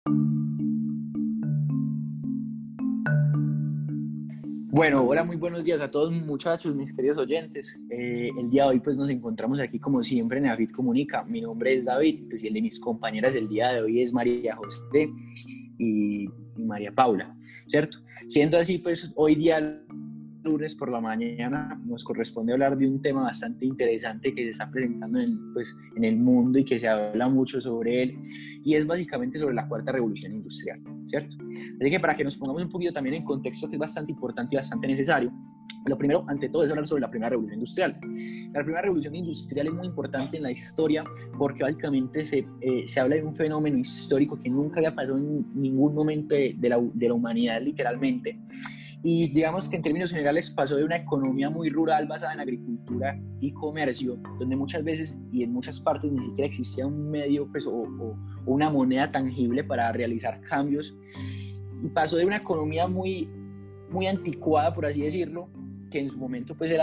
Bueno, hola, muy buenos días a todos muchachos, mis queridos oyentes. El día de hoy pues nos encontramos aquí como siempre en Afit Comunica. Mi nombre es David, pues, y el de mis compañeras el día de hoy es María José y María Paula, ¿cierto? Siendo así, pues hoy día lunes por la mañana nos corresponde hablar de un tema bastante interesante que se está presentando en el mundo y que se habla mucho sobre él, y es básicamente sobre la cuarta revolución industrial, ¿cierto? Así que para que nos pongamos un poquito también en contexto, que es bastante importante y bastante necesario, lo primero, ante todo, es hablar sobre la primera revolución industrial. La primera revolución industrial es muy importante en la historia porque básicamente se habla de un fenómeno histórico que nunca había pasado en ningún momento de la humanidad, literalmente. Y digamos que en términos generales pasó de una economía muy rural basada en agricultura y comercio, donde muchas veces y en muchas partes ni siquiera existía un medio pues, o una moneda tangible para realizar cambios, y pasó de una economía muy anticuada, por así decirlo, que en su momento pues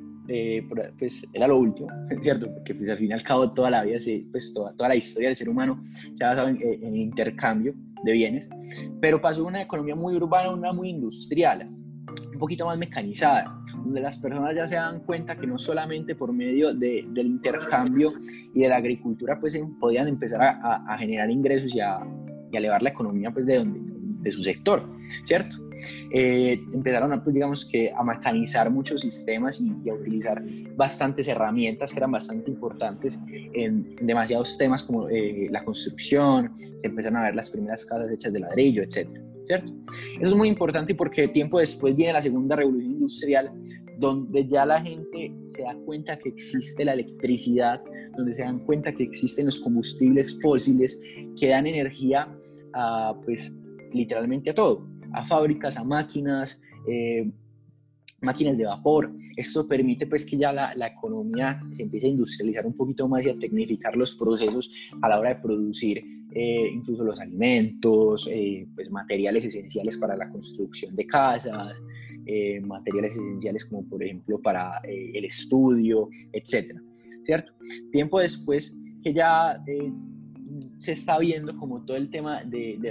era lo último, ¿cierto? Porque pues al fin y al cabo toda la vida, toda la historia del ser humano se ha basado en intercambio de bienes, pero pasó de una economía muy urbana a una muy industrial, un poquito más mecanizada, donde las personas ya se dan cuenta que no solamente por medio del intercambio y de la agricultura pues podían empezar a generar ingresos y a elevar la economía pues de su sector, ¿cierto? Empezaron a, pues, digamos que a mecanizar muchos sistemas y a utilizar bastantes herramientas que eran bastante importantes en demasiados temas como la construcción. Se empezaron a ver las primeras casas hechas de ladrillo, etcétera, ¿cierto? Eso es muy importante porque tiempo después viene la segunda revolución industrial, donde ya la gente se da cuenta que existe la electricidad, donde se dan cuenta que existen los combustibles fósiles que dan energía a, pues, literalmente a todo, a fábricas, a máquinas, máquinas de vapor. Esto permite pues que ya la economía se empiece a industrializar un poquito más y a tecnificar los procesos a la hora de producir incluso los alimentos, pues materiales esenciales para la construcción de casas, materiales esenciales como por ejemplo para el estudio, etcétera, ¿cierto? Tiempo después que ya se está viendo como todo el tema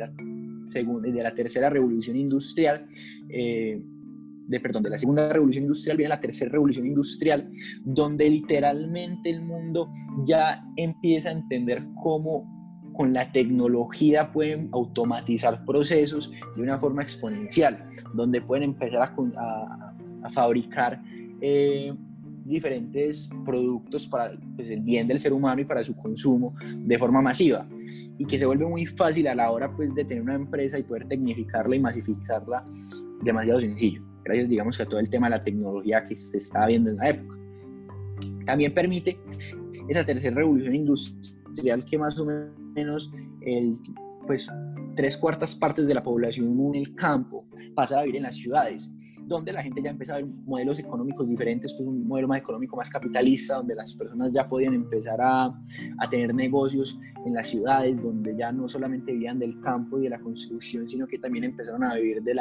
de la tercera revolución industrial, de la segunda revolución industrial viene la tercera revolución industrial, donde literalmente el mundo ya empieza a entender cómo con la tecnología pueden automatizar procesos de una forma exponencial, donde pueden empezar a fabricar diferentes productos para pues, el bien del ser humano y para su consumo de forma masiva, y que se vuelve muy fácil a la hora pues, de tener una empresa y poder tecnificarla y masificarla demasiado sencillo, gracias digamos que a todo el tema de la tecnología que se estaba viendo en la época. También permite esa tercera revolución industrial que más o menos pues 3/4 de la población en el campo pasa a vivir en las ciudades, donde la gente ya empieza a ver modelos económicos diferentes, pues un modelo más económico, más capitalista, donde las personas ya podían empezar a tener negocios en las ciudades, donde ya no solamente vivían del campo y de la construcción, sino que también empezaron a vivir de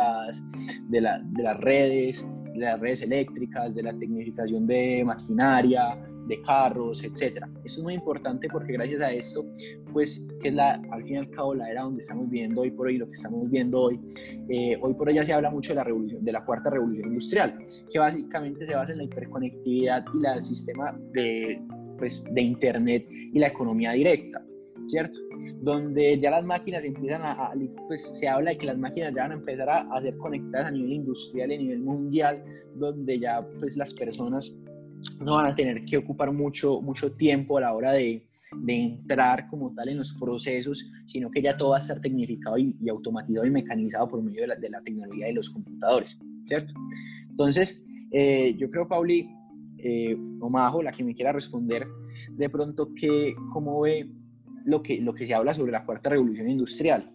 las redes eléctricas, de la tecnificación de maquinaria, de carros, etcétera. Eso es muy importante porque gracias a esto, pues, que es al fin y al cabo la era donde estamos viviendo hoy por hoy, lo que estamos viendo hoy, hoy por hoy ya se habla mucho de la cuarta revolución industrial, que básicamente se basa en la hiperconectividad y el sistema de internet y la economía directa, ¿cierto? Donde ya las máquinas empiezan pues se habla de que las máquinas ya van a empezar a ser conectadas a nivel industrial y a nivel mundial, donde ya pues las personas no van a tener que ocupar mucho tiempo a la hora de entrar como tal en los procesos, sino que ya todo va a estar tecnificado y automatizado y mecanizado por medio de la tecnología de los computadores, ¿cierto? Entonces, yo creo, Pauli, o Majo, la que me quiera responder, de pronto, ¿cómo ve lo que se habla sobre la cuarta revolución industrial?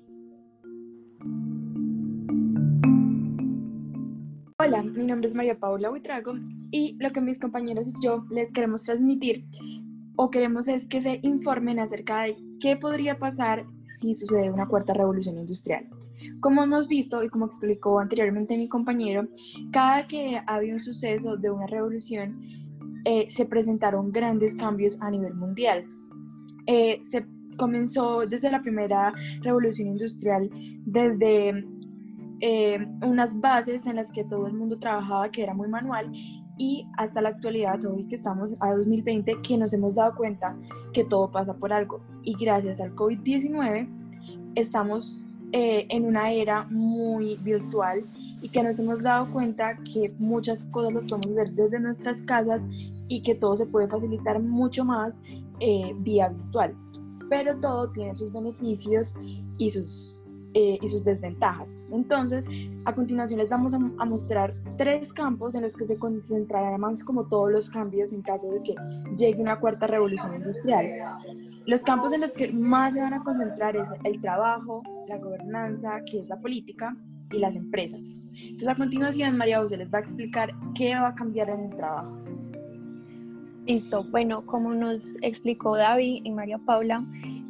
Hola, mi nombre es María Paula Buitrago y lo que mis compañeros y yo les queremos transmitir o queremos es que se informen acerca de qué podría pasar si sucede una cuarta revolución industrial. Como hemos visto y como explicó anteriormente mi compañero, cada que ha habido un suceso de una revolución, se presentaron grandes cambios a nivel mundial. comenzó desde la primera revolución industrial, desde unas bases en las que todo el mundo trabajaba, que era muy manual, y hasta la actualidad, hoy que estamos a 2020, que nos hemos dado cuenta que todo pasa por algo. Y gracias al COVID-19 estamos en una era muy virtual y que nos hemos dado cuenta que muchas cosas las podemos hacer desde nuestras casas y que todo se puede facilitar mucho más vía virtual. Pero todo tiene sus beneficios y sus desventajas. Entonces, a continuación les vamos a mostrar 3 campos en los que se concentrarán más como todos los cambios en caso de que llegue una cuarta revolución industrial. Los campos en los que más se van a concentrar es el trabajo, la gobernanza, que es la política, y las empresas. Entonces, a continuación, María José les va a explicar qué va a cambiar en el trabajo. Listo. Bueno, como nos explicó David y María Paula,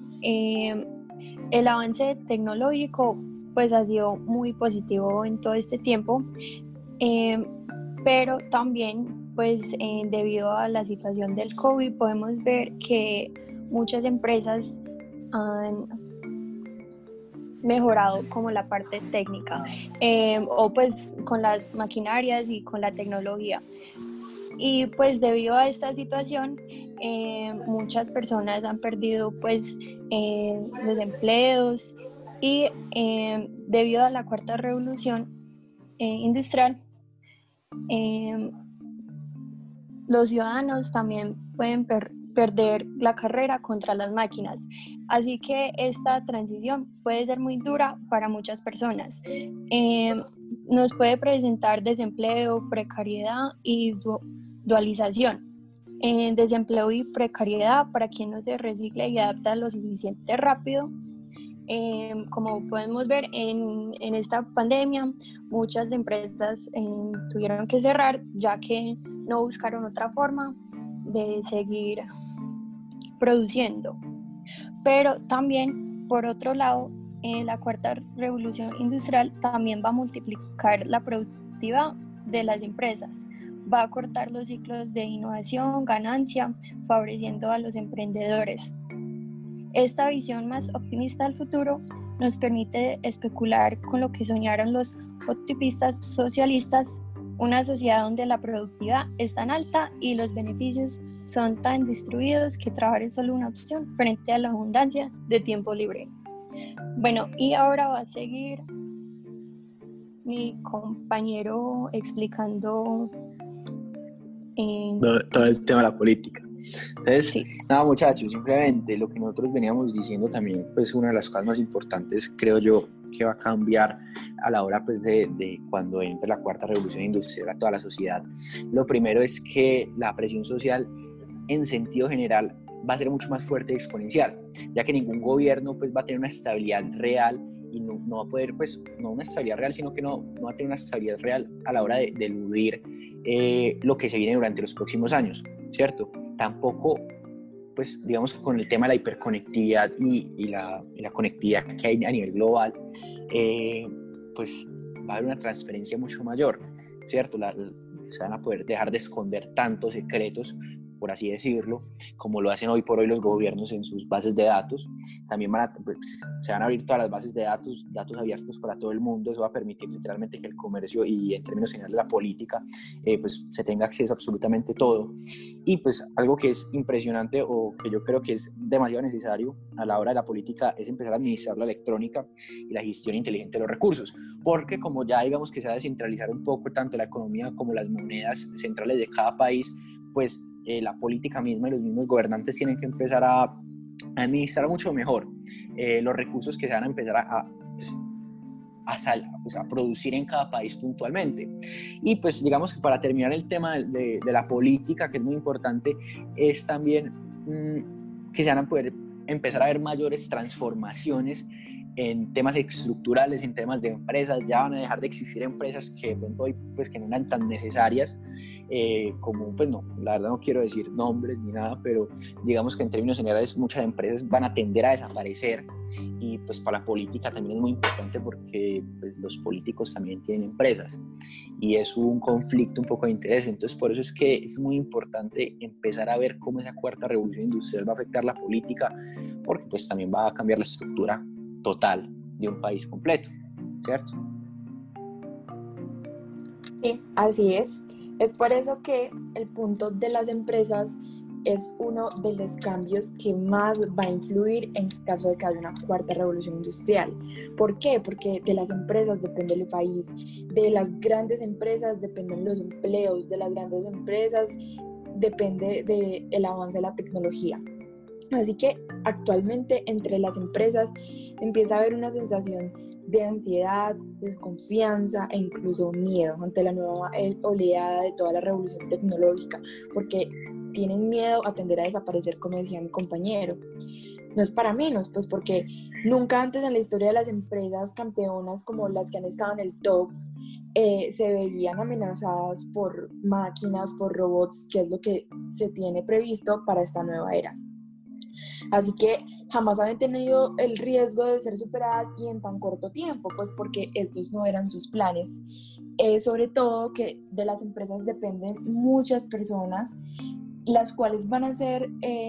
el avance tecnológico pues ha sido muy positivo en todo este tiempo, pero también pues debido a la situación del COVID podemos ver que muchas empresas han mejorado como la parte técnica o pues con las maquinarias y con la tecnología. Y pues debido a esta situación muchas personas han perdido pues los empleos y debido a la cuarta revolución industrial los ciudadanos también pueden perder la carrera contra las máquinas, así que esta transición puede ser muy dura para muchas personas. Nos puede presentar desempleo, precariedad y dualización. Desempleo y precariedad para quien no se recicla y adapta lo suficiente rápido. Como podemos ver en esta pandemia, muchas empresas tuvieron que cerrar ya que no buscaron otra forma de seguir produciendo. Pero también, por otro lado, la cuarta revolución industrial también va a multiplicar la productividad de las empresas, va a cortar los ciclos de innovación, ganancia, favoreciendo a los emprendedores. Esta visión más optimista del futuro nos permite especular con lo que soñaron los optimistas socialistas, una sociedad donde la productividad es tan alta y los beneficios son tan distribuidos que trabajar es solo una opción frente a la abundancia de tiempo libre. Bueno, y ahora va a seguir mi compañero explicando todo el tema de la política. Entonces, sí. Nada muchachos, simplemente lo que nosotros veníamos diciendo también, pues una de las cosas más importantes, creo yo, que va a cambiar a la hora pues de cuando entre la cuarta revolución industrial a toda la sociedad. Lo primero es que la presión social en sentido general va a ser mucho más fuerte y exponencial, ya que ningún gobierno pues va a tener una estabilidad real y no va a poder, pues, no una estabilidad real, sino que no va a tener una estabilidad real a la hora de eludir lo que se viene durante los próximos años, ¿cierto? Tampoco, pues, digamos que con el tema de la hiperconectividad y la conectividad que hay a nivel global, pues va a haber una transparencia mucho mayor, ¿cierto? Se van a poder dejar de esconder tantos secretos, por así decirlo, como lo hacen hoy por hoy los gobiernos en sus bases de datos. También se van a abrir todas las bases de datos abiertos para todo el mundo. Eso va a permitir literalmente que el comercio y en términos generales la política, pues se tenga acceso a absolutamente todo. Y pues algo que es impresionante o que yo creo que es demasiado necesario a la hora de la política es empezar a administrar la electrónica y la gestión inteligente de los recursos, porque como ya digamos que se va a descentralizar un poco tanto la economía como las monedas centrales de cada país, pues la política misma y los mismos gobernantes tienen que empezar a administrar mucho mejor los recursos que se van a empezar a producir en cada país puntualmente. Y pues digamos que para terminar el tema de la política, que es muy importante, es también que se van a poder empezar a ver mayores transformaciones en temas estructurales, en temas de empresas. Ya van a dejar de existir empresas que de pronto hoy pues que no eran tan necesarias, como pues no, la verdad no quiero decir nombres ni nada, pero digamos que en términos generales muchas empresas van a tender a desaparecer, y pues para la política también es muy importante porque pues los políticos también tienen empresas y es un conflicto un poco de interés. Entonces por eso es que es muy importante empezar a ver cómo esa cuarta revolución industrial va a afectar la política, porque pues también va a cambiar la estructura total de un país completo, ¿cierto? Sí, así es. Es por eso que el punto de las empresas es uno de los cambios que más va a influir en caso de que haya una cuarta revolución industrial. ¿Por qué? Porque de las empresas depende el país, de las grandes empresas dependen los empleos, de las grandes empresas depende del avance de la tecnología. Así que actualmente entre las empresas empieza a haber una sensación de ansiedad, desconfianza e incluso miedo ante la nueva oleada de toda la revolución tecnológica, porque tienen miedo a tender a desaparecer, como decía mi compañero. No es para menos, pues porque nunca antes en la historia de las empresas campeonas como las que han estado en el top se veían amenazadas por máquinas, por robots, que es lo que se tiene previsto para esta nueva era. Así que jamás habían tenido el riesgo de ser superadas y en tan corto tiempo, pues porque estos no eran sus planes. Sobre todo que de las empresas dependen muchas personas, las cuales van a ser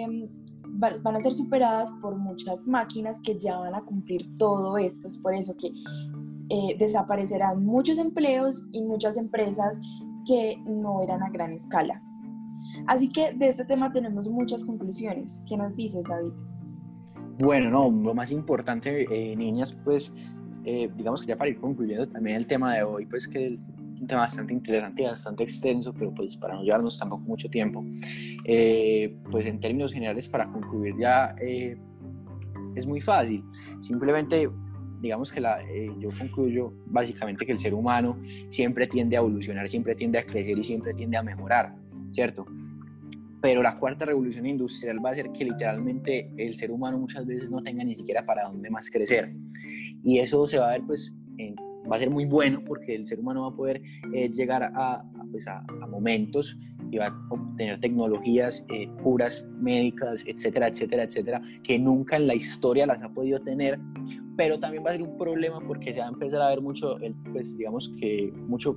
superadas por muchas máquinas que ya van a cumplir todo esto. Es por eso que desaparecerán muchos empleos y muchas empresas que no eran a gran escala. Así que de este tema tenemos muchas conclusiones. ¿Qué nos dices, David? Bueno, no, lo más importante, niñas, pues digamos que ya para ir concluyendo también el tema de hoy, pues que es un tema bastante interesante y bastante extenso, pero pues para no llevarnos tampoco mucho tiempo, pues en términos generales para concluir ya es muy fácil. Simplemente digamos que yo concluyo básicamente que el ser humano siempre tiende a evolucionar, siempre tiende a crecer y siempre tiende a mejorar, ¿cierto? Pero la cuarta revolución industrial va a hacer que literalmente el ser humano muchas veces no tenga ni siquiera para dónde más crecer. Y eso se va a ver, pues, va a ser muy bueno porque el ser humano va a poder llegar a momentos y va a obtener tecnologías, curas médicas, etcétera, etcétera, etcétera, que nunca en la historia las ha podido tener. Pero también va a ser un problema porque se va a empezar a ver mucho, pues, digamos que mucho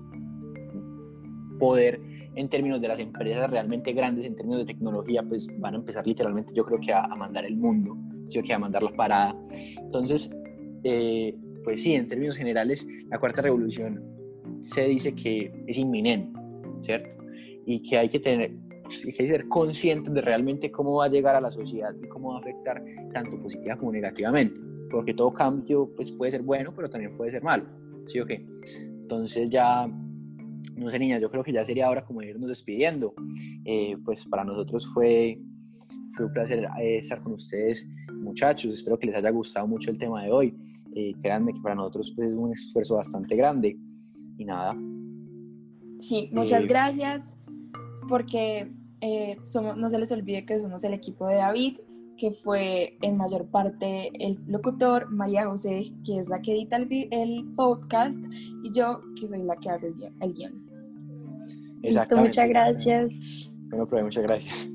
poder en términos de las empresas realmente grandes, en términos de tecnología, pues van a empezar literalmente, yo creo que a mandar el mundo, ¿sí? O que a mandar la parada. Entonces, pues sí, en términos generales, la cuarta revolución se dice que es inminente, ¿cierto? Y que hay que ser conscientes de realmente cómo va a llegar a la sociedad y cómo va a afectar tanto positiva como negativamente, porque todo cambio pues puede ser bueno, pero también puede ser malo, ¿sí o qué? Entonces ya, no sé, niñas, yo creo que ya sería hora como de irnos despidiendo. Pues para nosotros fue un placer estar con ustedes, muchachos. Espero que les haya gustado mucho el tema de hoy. Créanme que para nosotros pues, es un esfuerzo bastante grande. Y nada. Sí, muchas gracias, porque no se les olvide que somos el equipo de David, que fue en mayor parte el locutor, María José, que es la que edita el podcast, y yo, que soy la que hago el guión. Listo, muchas gracias. Bueno, pero muchas gracias.